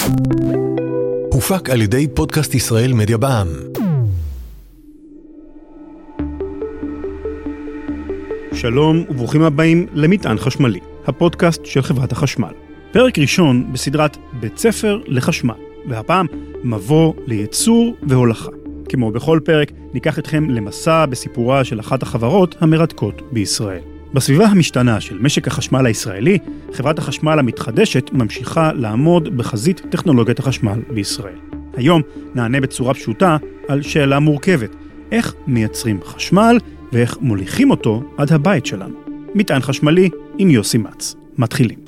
הופק על ידי פודקאסט ישראל מדיה בע"מ. שלום וברוכים הבאים למטען חשמלי, הפודקאסט של חברת החשמל. פרק ראשון בסדרת בית ספר לחשמל, והפעם מבוא לייצור והולכה. כמו בכל פרק, ניקח אתכם למסע בסיפורה של אחת החברות המרתקות בישראל. בסביבה המשתנה של משק החשמל הישראלי, חברת החשמל המתחדשת ממשיכה לעמוד בחזית טכנולוגיית החשמל בישראל. היום נענה בצורה פשוטה על שאלה מורכבת, איך מייצרים חשמל ואיך מוליכים אותו עד הבית שלנו. מטען חשמלי עם יוסי מצ. מתחילים.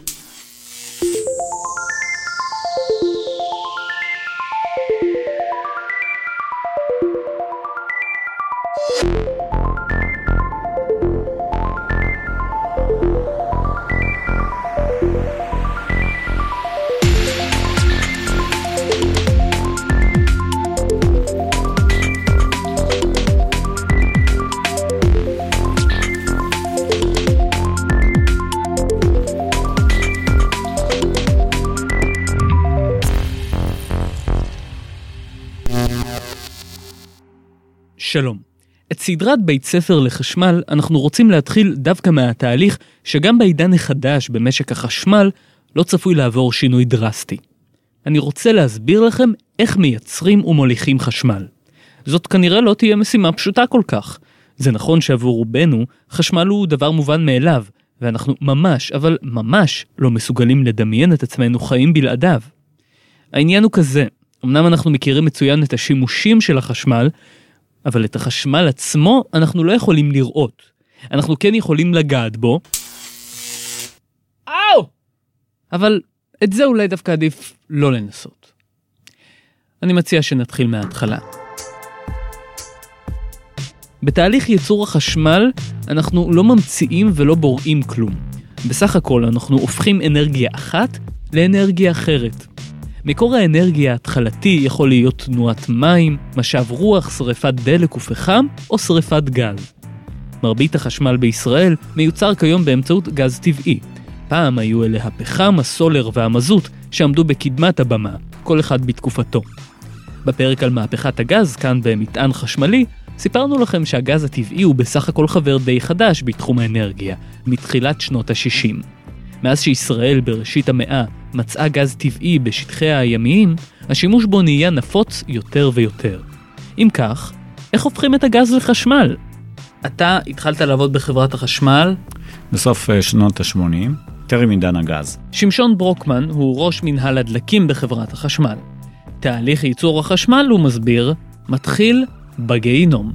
שלום. את סדרת בית ספר לחשמל אנחנו רוצים להתחיל דווקא מהתהליך שגם בעידן החדש במשק החשמל לא צפוי לעבור שינוי דרסטי. אני רוצה להסביר לכם איך מייצרים ומוליכים חשמל. זאת כנראה לא תהיה משימה פשוטה כל כך. זה נכון שעבור רובנו חשמל הוא דבר מובן מאליו, ואנחנו ממש, אבל ממש לא מסוגלים לדמיין את עצמנו חיים בלעדיו. העניין הוא כזה, אמנם אנחנו מכירים מצוין את השימושים של החשמל, אבל את החשמל עצמו אנחנו לא יכולים לראות. אנחנו כן יכולים לגעת בו. אבל את זה אולי דווקא עדיף לא לנסות. אני מציע שנתחיל מההתחלה. בתהליך ייצור החשמל אנחנו לא ממציאים ולא בוראים כלום. בסך הכל אנחנו הופכים אנרגיה אחת לאנרגיה אחרת. מקור האנרגיה ההתחלתי יכול להיות תנועת מים, משאב רוח, שריפת דלק ופחם או שריפת גז. מרבית החשמל בישראל מיוצר כיום באמצעות גז טבעי. פעם היו אלה הפחם, הסולר והמזוט שעמדו בקדמת הבמה, כל אחד בתקופתו. בפרק על מהפכת הגז, כאן במטען חשמלי, סיפרנו לכם שהגז הטבעי הוא בסך הכל חבר די חדש בתחום האנרגיה, מתחילת שנות ה-60. מאז שישראל בראשית המאה מצאה גז טבעי בשטחי הימיים, השימוש בו נהיה נפוץ יותר ויותר. אם כך, איך הופכים את הגז לחשמל? אתה התחלת לעבוד בחברת החשמל? בסוף שנות ה-80, טרם עידן הגז. שמשון ברוקמן הוא ראש מנהל הדלקים בחברת החשמל. תהליך ייצור החשמל, הוא מסביר, מתחיל בגיהינום.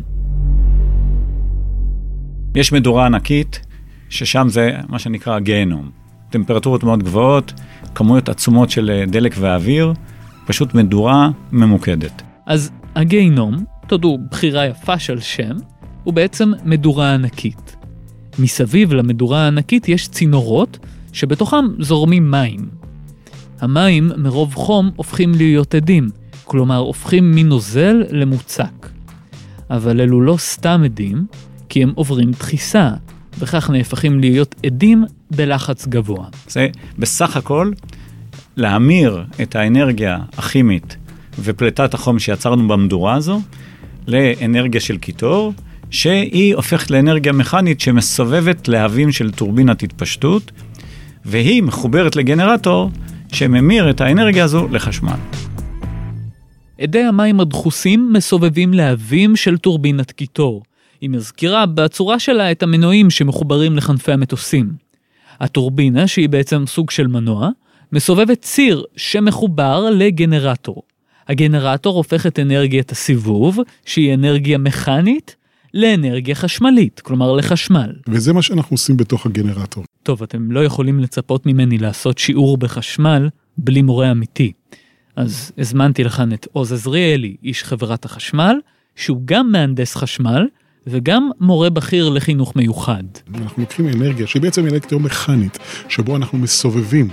יש מדורה ענקית, ששם זה מה שנקרא גיהינום. טמפרטורות מאוד גבוהות, כמויות עצומות של דלק ואוויר, פשוט מדורה ממוקדת. אז הגיהינום, תודו בחירה יפה של שם, הוא בעצם מדורה ענקית. מסביב למדורה הענקית יש צינורות שבתוכם זורמים מים. המים מרוב חום הופכים להיות עדים, כלומר הופכים מנוזל למוצק. אבל אלו לא סתם עדים, כי הם עוברים דחיסה, וכך נהפכים להיות עדים בלחץ גבוה. זה בסך הכל להמיר את האנרגיה הכימית ופלטת החום שיצרנו במדורה הזו לאנרגיה של קיטור, שהיא הופכת לאנרגיה מכנית שמסובבת להבים של טורבינת התפשטות, והיא מחוברת לגנרטור שממיר את האנרגיה הזו לחשמל. עדי המים הדחוסים מסובבים להבים של טורבינת קיטור. היא מזכירה בצורה שלה את המנועים שמחוברים לחנפי המטוסים. הטורבינה, שהיא בעצם סוג של מנוע, מסובבת ציר שמחובר לגנרטור. הגנרטור הופך את אנרגיית הסיבוב, שהיא אנרגיה מכנית, לאנרגיה חשמלית, כלומר לחשמל. וזה מה שאנחנו עושים בתוך הגנרטור. טוב, אתם לא יכולים לצפות ממני לעשות שיעור בחשמל בלי מורה אמיתי. אז הזמנתי לכאן את עוז עזריאלי, איש חברת החשמל, שהוא גם מהנדס חשמל, וגם מורה בכיר לחינוך מיוחד. אנחנו לוקחים אנרגיה שהיא בעצם אלקטרומכנית, שבו אנחנו מסובבים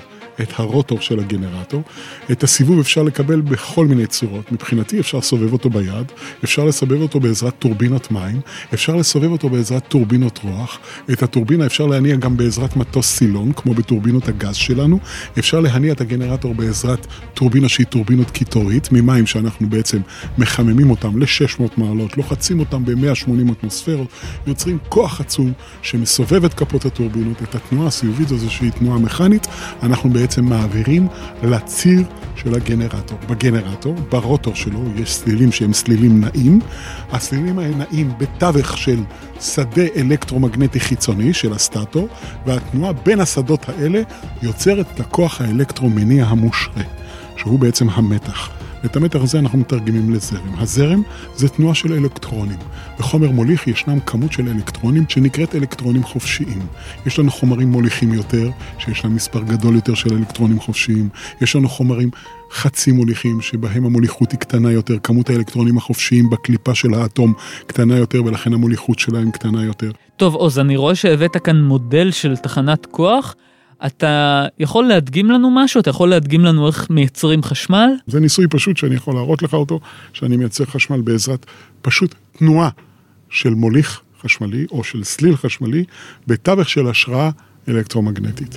את הרוטור של הגנרטור. את הסיבוב אפשר לקבל בכל מיני צורות. מבחינתי אפשר לסובב אותו ביד, אפשר לסובב אותו בעזרת טורבינות מים, אפשר לסובב אותו בעזרת טורבינות רוח. את הטורבינה אפשר להניע גם בעזרת מטוס סילון, כמו בטורבינות הגז שלנו. אפשר להניע את הגנרטור בעזרת טורבינה שהיא טורבינות קיטורית, ממים שאנחנו בעצם מחממים אותם ל-600 מעלות, לוחצים אותם ב-180 אטמוספירות, יוצרים כוח עצום שמסובב את כפות הטורבינות, את התנועה הסיובית הזו שהיא תנועה מכנית, אנחנו בעצם מעבירים לציר של הגנרטור. בגנרטור, ברוטור שלו, יש סלילים שהם סלילים נעים. הסלילים האלה נעים בתווך של שדה אלקטרומגנטי חיצוני של הסטאטור, והתנועה בין השדות האלה יוצרת את הכוח האלקטרומניע המושרה, שהוא בעצם המתח. את המתח הזה אנחנו מתרגמים לזרם. הזרם זה תנועה של אלקטרונים. בחומר מוליך ישנם כמות של אלקטרונים שנקראת אלקטרונים חופשיים. יש לנו חומרים מוליכים יותר, שיש להם מספר גדול יותר של אלקטרונים חופשיים. יש לנו חומרים חצי מוליכים, שבהם המוליכות היא קטנה יותר. כמות האלקטרונים החופשיים בקליפה של האטום קטנה יותר, ולכן המוליכות שלהם קטנה יותר. טוב, עוז, אני רואה שהבאת כאן מודל של תחנת כוח. אתה יכול להדגים לנו משהו? אתה יכול להדגים לנו איך מייצרים חשמל? זה ניסוי פשוט שאני יכול להראות לך אותו, שאני מייצר חשמל בעזרת פשוט תנועה של מוליך חשמלי או של סליל חשמלי בתווך של השראה אלקטרומגנטית.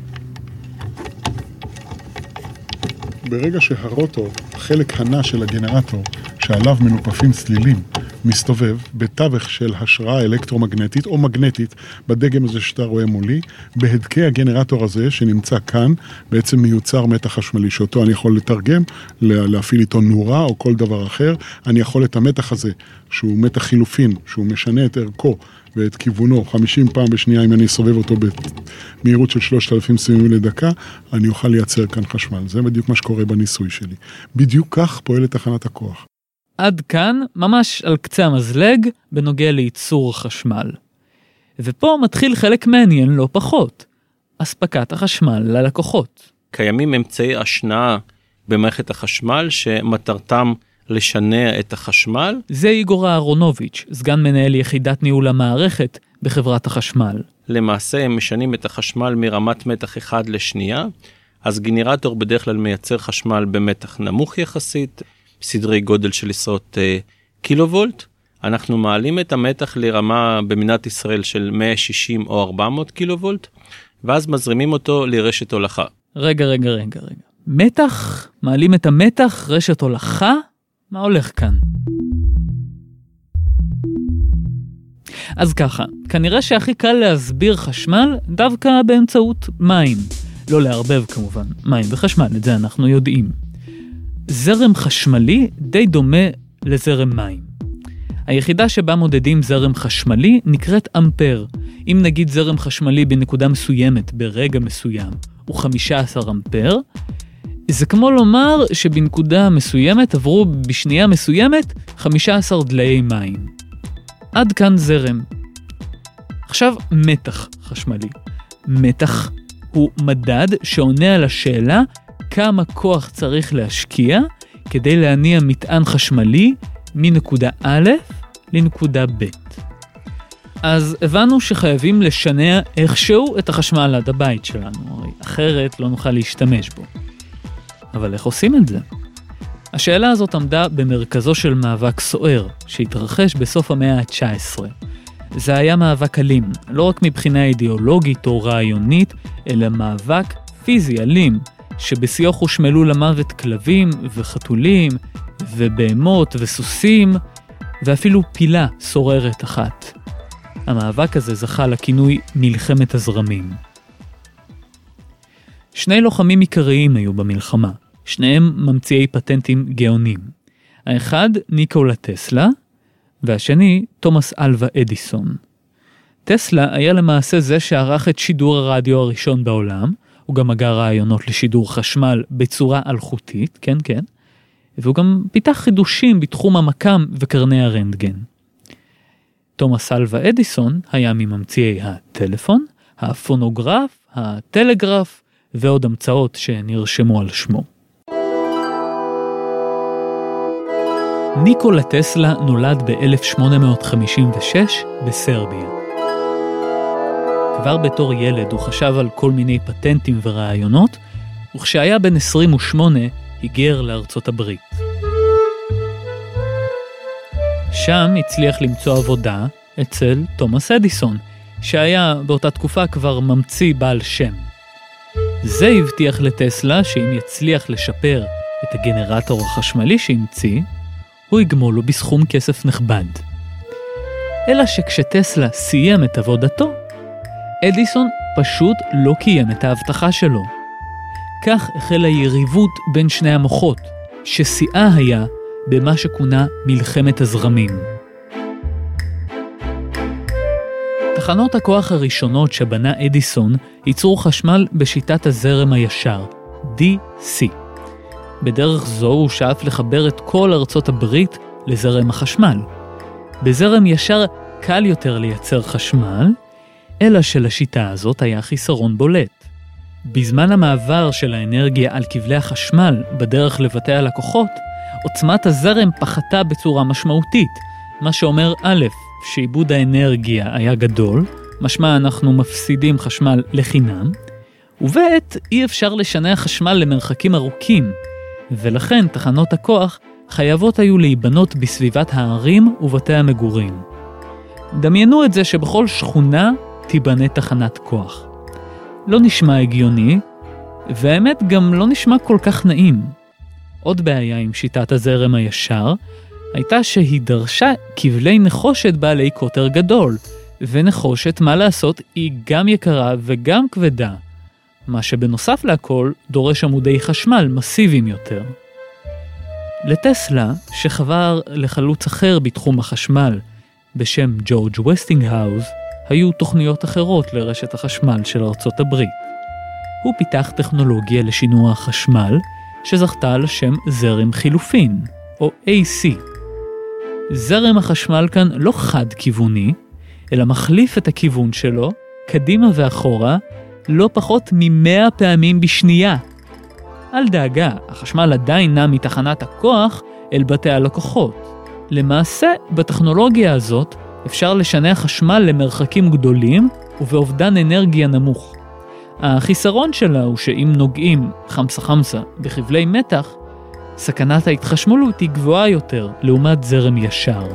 ברגע שהרוטור, חלק הנע של הגנרטור, שעליו מנופפים סלילים, מסתובב בתווך של השראה אלקטרומגנטית או מגנטית בדגם הזה שאתה רואה מולי, בהדקי הגנרטור הזה שנמצא כאן, בעצם מיוצר מתח חשמלי, שאותו אני יכול לתרגם, להפעיל איתו נורה או כל דבר אחר. אני יכול את המתח הזה, שהוא מתח חילופין, שהוא משנה את ערכו ואת כיוונו 50 פעם בשנייה, אם אני אסובב אותו במהירות של 3,000 סיבובים לדקה, אני אוכל לייצר כאן חשמל. זה בדיוק מה שקורה בניסוי שלי. בדיוק כך פועלת תחנת הכוח. עד כאן, ממש על קצה המזלג, בנוגע לייצור חשמל. ופה מתחיל חלק מעניין לא פחות, אספקת החשמל ללקוחות. קיימים אמצעי השנעה במערכת החשמל שמטרתם לשנע את החשמל. זה איגור אהרונוביץ', סגן מנהל יחידת ניהול המערכת בחברת החשמל. למעשה הם משנים את החשמל מרמת מתח אחד לשנייה, אז גנרטור בדרך כלל מייצר חשמל במתח נמוך יחסית, סדרי גודל של עשרות קילוולט. אנחנו מעלים את המתח לרמה במדינת ישראל של 160 או 400 קילוולט, ואז מזרימים אותו לרשת הולכה. רגע. מתח, מעלים את המתח, רשת הולכה, מה הולך כאן? אז ככה, כנראה שהכי קל להסביר חשמל דווקא באמצעות מים. לא לערבב כמובן, מים וחשמל, את זה אנחנו יודעים. זרם חשמלי די דומה לזרם מים. היחידה שבה מודדים זרם חשמלי נקראת אמפר. אם נגיד זרם חשמלי בנקודה מסוימת ברגע מסוים הוא 15 אמפר, זה כמו לומר שבנקודה מסוימת עברו בשנייה מסוימת 15 דליים מים. עד כאן זרם. עכשיו מתח חשמלי. מתח הוא מדד שעונה על השאלה כמה כוח צריך להשקיע כדי להניע מטען חשמלי מנקודה א' לנקודה ב'. אז הבנו שחייבים לשנע איכשהו את החשמל עד הבית שלנו, הרי אחרת לא נוכל להשתמש בו. אבל איך עושים את זה? השאלה הזאת עמדה במרכזו של מאבק סוער, שהתרחש בסוף המאה ה-19. זה היה מאבק אלים, לא רק מבחינה אידיאולוגית או רעיונית, אלא מאבק פיזי אלים, שבשיאו חושמלו למוות כלבים וחתולים ובהמות וסוסים, ואפילו פילה סוררת אחת. המאבק הזה זכה לכינוי מלחמת הזרמים. שני לוחמים עיקריים היו במלחמה, שניהם ממציאי פטנטים גאונים. האחד ניקולה טסלה, והשני תומאס אלווה אדיסון. טסלה היה למעשה זה שערך את שידור הרדיו הראשון בעולם, הוא גם הגה רעיונות לשידור חשמל בצורה אלחוטית, כן, והוא גם פיתח חידושים בתחום המקם וקרני הרנטגן. תומאס אלווה אדיסון היה מממציאי הטלפון, הפונוגרף, הטלגרף ועוד המצאות שנרשמו על שמו. ניקולה טסלה נולד ב-1856 בסרביה. כבר בתור ילד הוא חשב על כל מיני פטנטים ורעיונות, וכשהיה בן 28 היגר לארצות הברית. שם הצליח למצוא עבודה אצל תומאס אדיסון, שהיה באותה תקופה כבר ממציא בעל שם. זה הבטיח לטסלה שאם יצליח לשפר את הגנרטור החשמלי שהמציא, הוא יגמול לו בסכום כסף נכבד. אלא שכשטסלה סיים את עבודתו, אדיסון פשוט לא קיים את ההבטחה שלו. כך החלה יריבות בין שני המוחות, ששיאה היה במה שכונה מלחמת הזרמים. תחנות הכוח הראשונות שבנה אדיסון ייצרו חשמל בשיטת הזרם הישר, DC. בדרך זו הוא שאף לחבר את כל ארצות הברית לזרם החשמל. בזרם ישר קל יותר לייצר חשמל, אלא שלשיטה הזאת היה חיסרון בולט. בזמן המעבר של האנרגיה על כבלי החשמל בדרך לבתי הלקוחות, עוצמת הזרם פחתה בצורה משמעותית, מה שאומר א', שעיבוד האנרגיה היה גדול, משמע אנחנו מפסידים חשמל לחינם, וב' אי אפשר לשנע חשמל למרחקים ארוכים, ולכן תחנות הכוח חייבות היו להיבנות בסביבת הערים ובתי המגורים. דמיינו את זה שבכל שכונה תיבנה תחנת כוח. לא נשמע הגיוני, והאמת גם לא נשמע כל כך נעים. עוד בעיה עם שיטת הזרם הישר, הייתה שהיא דרשה כבלי נחושת בעלי קוטר גדול, ונחושת, מה לעשות, היא גם יקרה וגם כבדה, מה שבנוסף להכל דורש עמודי חשמל מסיביים יותר. לטסלה, שחבר לחלוץ אחר בתחום החשמל, בשם ג'ורג' וסטינגהאוז, היו תוכניות אחרות לרשת החשמל של ארצות הברית. הוא פיתח טכנולוגיה לשינוע החשמל, שזכתה לשם זרם חילופין, או AC. זרם החשמל כאן לא חד-כיווני, אלא מחליף את הכיוון שלו, קדימה ואחורה, לא פחות מ100 פעמים בשנייה. אל דאגה, החשמל עדיין נע מתחנת הכוח אל בתי הלקוחות. למעשה, בטכנולוגיה הזאת אפשר לשנע חשמל למרחקים גדולים ובאובדן אנרגיה נמוך. החיסרון שלה הוא שאם נוגעים חמסה בחבלי מתח, סכנת ההתחשמלות היא גבוהה יותר לעומת זרם ישר.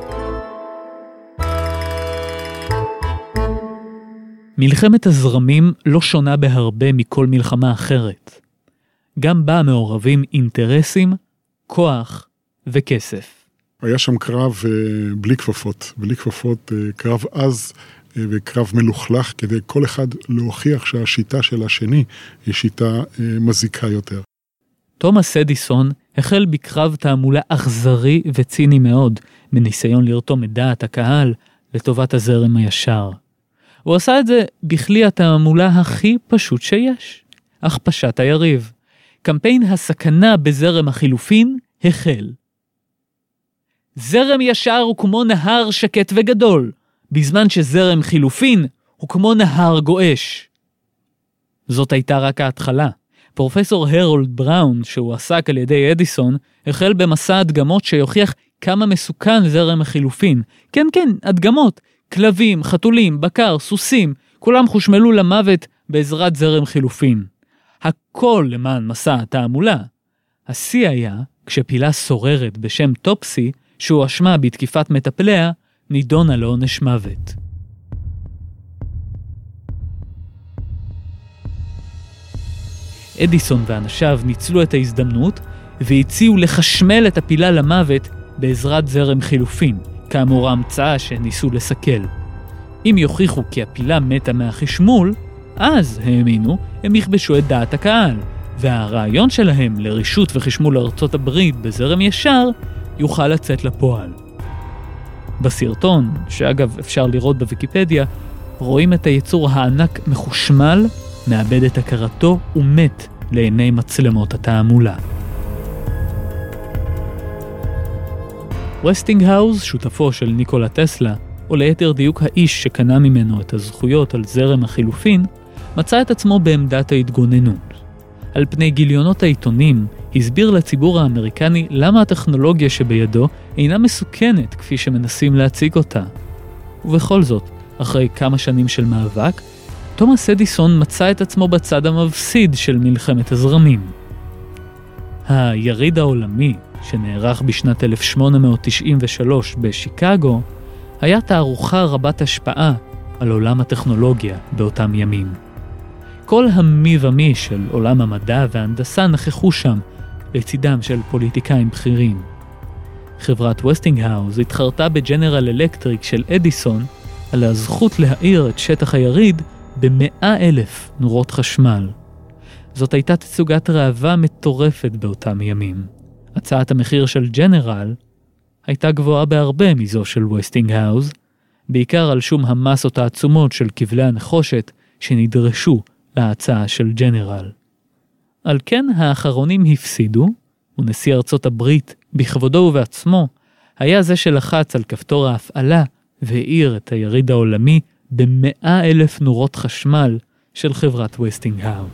מלחמת הזרמים לא שונה בהרבה מכל מלחמה אחרת. גם בה מעורבים אינטרסים, כוח וכסף. היה שם קרב בלי כפפות, קרב עז וקרב מלוכלך, כדי כל אחד להוכיח שהשיטה של השני היא שיטה מזיקה יותר. תומאס אדיסון החל בקרב תעמולה אכזרי וציני מאוד, בניסיון לרתום את דעת הקהל לטובת הזרם הישר. הוא עשה את זה בכלי התעמולה הכי פשוט שיש, הכפשת היריב. קמפיין הסכנה בזרם החילופין החל. זרם ישר הוא כמו נהר שקט וגדול, בזמן שזרם חילופין הוא כמו נהר גועש. זאת הייתה רק ההתחלה. פרופסור הרולד בראון, שהוא עסק על ידי אדיסון, החל במסע הדגמות שיוכיח כמה מסוכן זרם החילופין. כן, הדגמות. כלבים, חתולים, בקר, סוסים, כולם חושמלו למוות בעזרת זרם חילופין. הכל למען מסע התעמולה. השיא היה כשפילה סוררת בשם טופסי, שהוא אשמה בתקיפת מטפליה, נידונה לעונש מוות. אדיסון ואנשיו ניצלו את ההזדמנות והציעו לחשמל את הפילה למוות בעזרת זרם חילופין, כאמור ההמצאה שניסו לסכל. אם יוכיחו כי הפילה מתה מהחשמול, אז האמינו, הם יכבשו את דעת הקהל, והרעיון שלהם לרישות וחשמול ארצות הברית בזרם ישר יוכל לצאת לפועל. בסרטון, שאגב אפשר לראות בוויקיפדיה, רואים את היצור הענק מחושמל, מאבד את הכרתו ומת לעיני מצלמות התעמולה. וסטינגהאוז, שותפו של ניקולה טסלה, או ליתר דיוק האיש שקנה ממנו את הזכויות על זרם החילופין, מצא את עצמו בעמדת ההתגוננות. על פני גיליונות העיתונים, הסביר לציבור האמריקני למה הטכנולוגיה שבידו אינה מסוכנת כפי שמנסים להציג אותה. ובכל זאת, אחרי כמה שנים של מאבק, תומאס אדיסון מצא את עצמו בצד המפסיד של מלחמת הזרמים. היריד העולמי, שנערך בשנת 1893 בשיקגו, היה תערוכה רבת השפעה על עולם הטכנולוגיה באותם ימים. כל המי ומי של עולם המדע וההנדסה נכחו שם, לצידם של פוליטיקאים בכירים. חברת ווסטינגהאוז התחרתה בג'נרל אלקטריק של אדיסון על הזכות להאיר את שטח היריד ב100,000 נורות חשמל. זאת הייתה תצוגת ראווה מטורפת באותם ימים. הצעת המחיר של ג'נרל הייתה גבוהה בהרבה מזו של ווסטינגהאוז, בעיקר על שום המסות העצומות של כבלי הנחושת שנדרשו להצעה של ג'נרל. על כן האחרונים הפסידו, ונשיא ארצות הברית, בכבודו ובעצמו, היה זה שלחץ על כפתור ההפעלה והאיר את היריד העולמי ב100,000 נורות חשמל של חברת ווסטינגהאוז.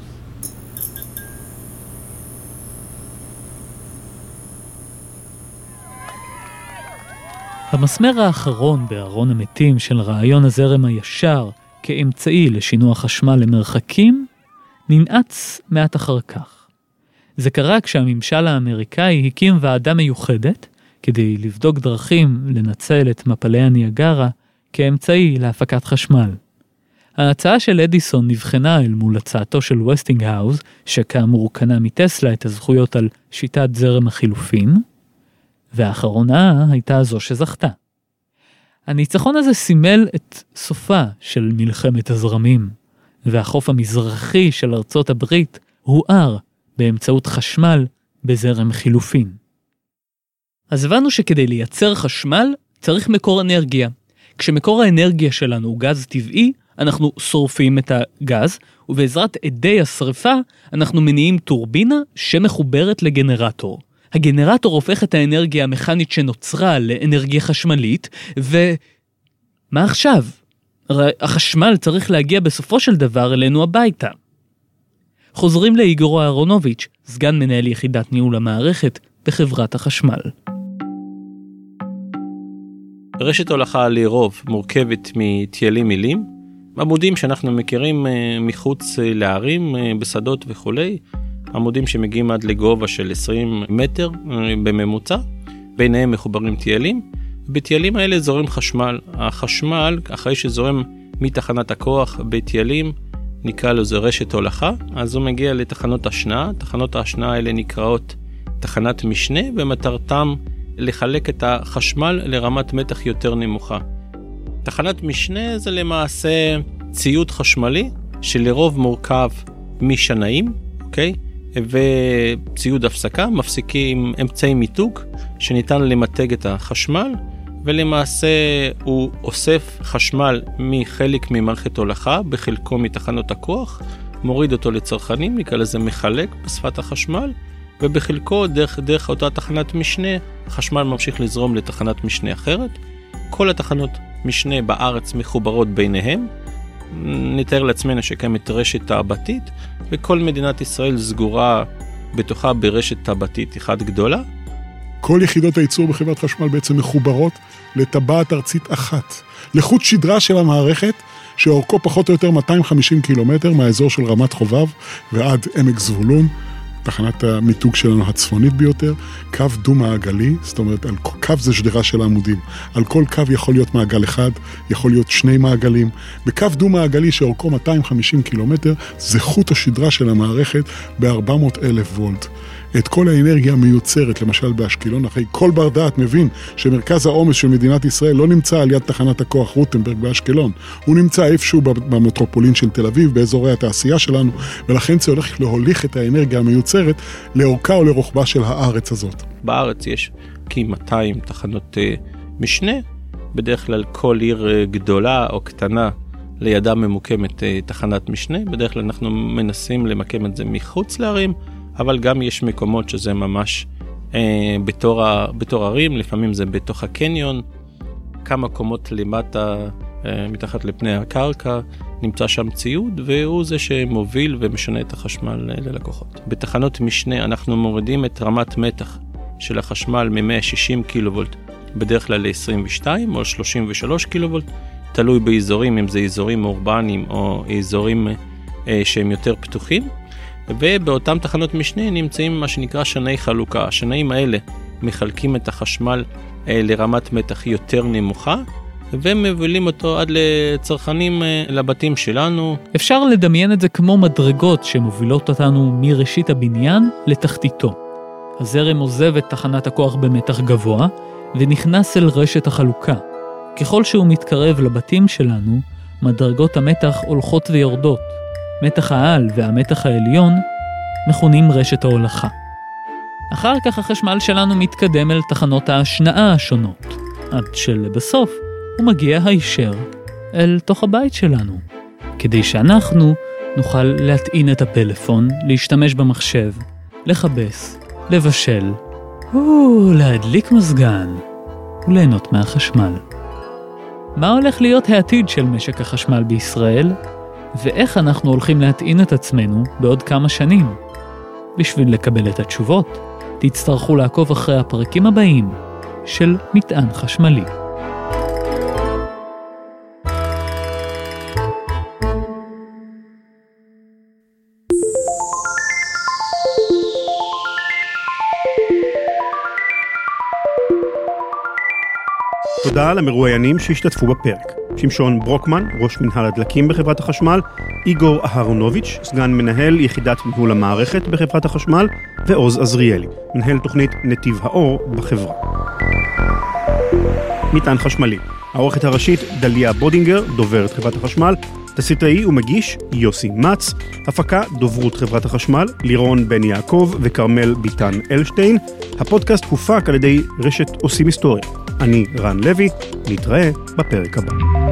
המסמר האחרון בארון המתים של רעיון הזרם הישר כאמצעי לשינוע חשמל למרחקים ננעץ מעט אחר כך. זה קרה כשהממשל האמריקאי הקים ועדה מיוחדת כדי לבדוק דרכים לנצל את מפלי הניאגרה כאמצעי להפקת חשמל. ההצעה של אדיסון נבחנה אל מול הצעתו של ווסטינגהאוז, שכאמור קנה מטסלה את הזכויות על שיטת זרם החילופין, והאחרונה הייתה זו שזכתה. הניצחון הזה סימל את סופה של מלחמת הזרמים, והחוף המזרחי של ארצות הברית הואר באמצעות חשמל בזרם חילופין. אז הבנו שכדי לייצר חשמל צריך מקור אנרגיה. כשמקור האנרגיה שלנו הוא גז טבעי, אנחנו שורפים את הגז, ובעזרת עדי השריפה אנחנו מניעים טורבינה שמחוברת לגנרטור. הגנרטור הופך את האנרגיה המכנית שנוצרה לאנרגיה חשמלית, ומה עכשיו? החשמל צריך להגיע בסופו של דבר אלינו הביתה. חוזרים לאיגור אהרונוביץ', סגן מנהל יחידת ניהול המערכת בחברת החשמל. רשת הולכה לרוב מורכבת מתיילים מילים, עמודים שאנחנו מכירים מחוץ לערים, בשדות וכולי, עמודים שמגיעים עד לגובה של 20 מטר בממוצע, ביניהם מחוברים תיילים, בתיילים האלה זורם חשמל. החשמל, אחרי שזורם מתחנת הכוח בתיילים, נקרא לו זה רשת הולכה, אז הוא מגיע לתחנות השנעה, תחנות ההשנעה האלה נקראות תחנת משנה, ומטרתם לחלק את החשמל לרמת מתח יותר נמוכה. תחנת משנה זה למעשה ציוד חשמלי, שלרוב מורכב משנאים, אוקיי? וציוד הפסקה, מפסיקים אמצעי מיתוג, שניתן למתג את החשמל, ולמעשה הוא אוסף חשמל מחלק ממערכת הולכה, בחלקו מתחנות הכוח, מוריד אותו לצרכנים, נקרא לזה מחלק בשפת החשמל, ובחלקו דרך אותה תחנת משנה, החשמל ממשיך לזרום לתחנת משנה אחרת. כל התחנות משנה בארץ מחוברות ביניהם, נתאר לעצמנו שקיימת רשת תאבתית, וכל מדינת ישראל סגורה בתוכה ברשת תאבתית אחת גדולה. כל יחידות הייצור בחברת חשמל בעצם מחוברות לטבעת ארצית אחת, לחוט שדרה של המערכת, שאורכו פחות או יותר 250 קילומטר מהאזור של רמת חובב ועד עמק זבולון, תחנת המיתוג שלנו הצפונית ביותר, קו דו-מעגלי, זאת אומרת, על קו זה שדרה של העמודים. על כל קו יכול להיות מעגל אחד, יכול להיות שני מעגלים. בקו דו-מעגלי שאורכו 250 קילומטר, זה חוט השדרה של המערכת ב-400,000 וולט. את כל האנרגיה המיוצרת, למשל באשקלון, אחרי כל בר דעת מבין שמרכז העומס של מדינת ישראל לא נמצא על יד תחנת הכוח רוטנברג באשקלון. הוא נמצא איפשהו במטרופולין של תל אביב, באזורי התעשייה שלנו, ולכן זה הולך להוליך את האנרגיה המיוצרת לאורכה או לרוחבה של הארץ הזאת. בארץ יש כ-200 תחנות משנה, בדרך כלל כל עיר גדולה או קטנה לידה ממוקמת תחנת משנה, בדרך כלל אנחנו מנסים למקם את זה מחוץ לערים, אבל גם יש מקומות שזה ממש בתור ערים, לפעמים זה בתוך הקניון, כמה קומות למטה, מתחת לפני הקרקע, נמצא שם ציוד, והוא זה שמוביל ומשנה את החשמל ללקוחות. בתחנות משנה אנחנו מורידים את רמת מתח של החשמל מ-160 קילוולט, בדרך כלל ל-22 או 33 קילוולט, תלוי באזורים, אם זה אזורים אורבניים או אזורים שהם יותר פתוחים, ובאותם תחנות משנה נמצאים מה שנקרא שני חלוקה. השנאים האלה מחלקים את החשמל לרמת מתח יותר נמוכה, ומובילים אותו עד לצרכנים לבתים שלנו. אפשר לדמיין את זה כמו מדרגות שמובילות אותנו מראשית הבניין לתחתיתו. הזרם עוזב את תחנת הכוח במתח גבוה, ונכנס אל רשת החלוקה. ככל שהוא מתקרב לבתים שלנו, מדרגות המתח הולכות ויורדות. מתח העל והמתח העליון מכונים רשת ההולכה. אחר כך החשמל שלנו מתקדם אל תחנות ההשנאה השונות, עד שלבסוף הוא מגיע הישר אל תוך הבית שלנו, כדי שאנחנו נוכל להטעין את הפלאפון, להשתמש במחשב, לחבס, לבשל, להדליק מזגן וליהנות מהחשמל. מה הולך להיות העתיד של משק החשמל בישראל, ואיך אנחנו הולכים להטעין את עצמנו בעוד כמה שנים? בשביל לקבל את התשובות, תצטרכו לעקוב אחרי הפרקים הבאים של מטען חשמלי. תודה למרואיינים שהשתתפו בפרק. שמשון ברוקמן, ראש מנהל הדלקים בחברת החשמל, איגור אהרונוביץ', סגן מנהל יחידת ניהול המערכת בחברת החשמל, ועוז עזריאלי, מנהל תוכנית נתיב האור בחברה. מטען חשמלי. העורכת הראשית דליה בודינגר, דוברת חברת החשמל, תסריטאי ומגיש יוסי מצ, הפקה דוברות חברת החשמל, לירון בן יעקב וקרמל ביטן אלשטיין. הפודקאסט הופק על ידי רשת עושים היסטוריה. אני רן לוי, נתראה בפרק הבא.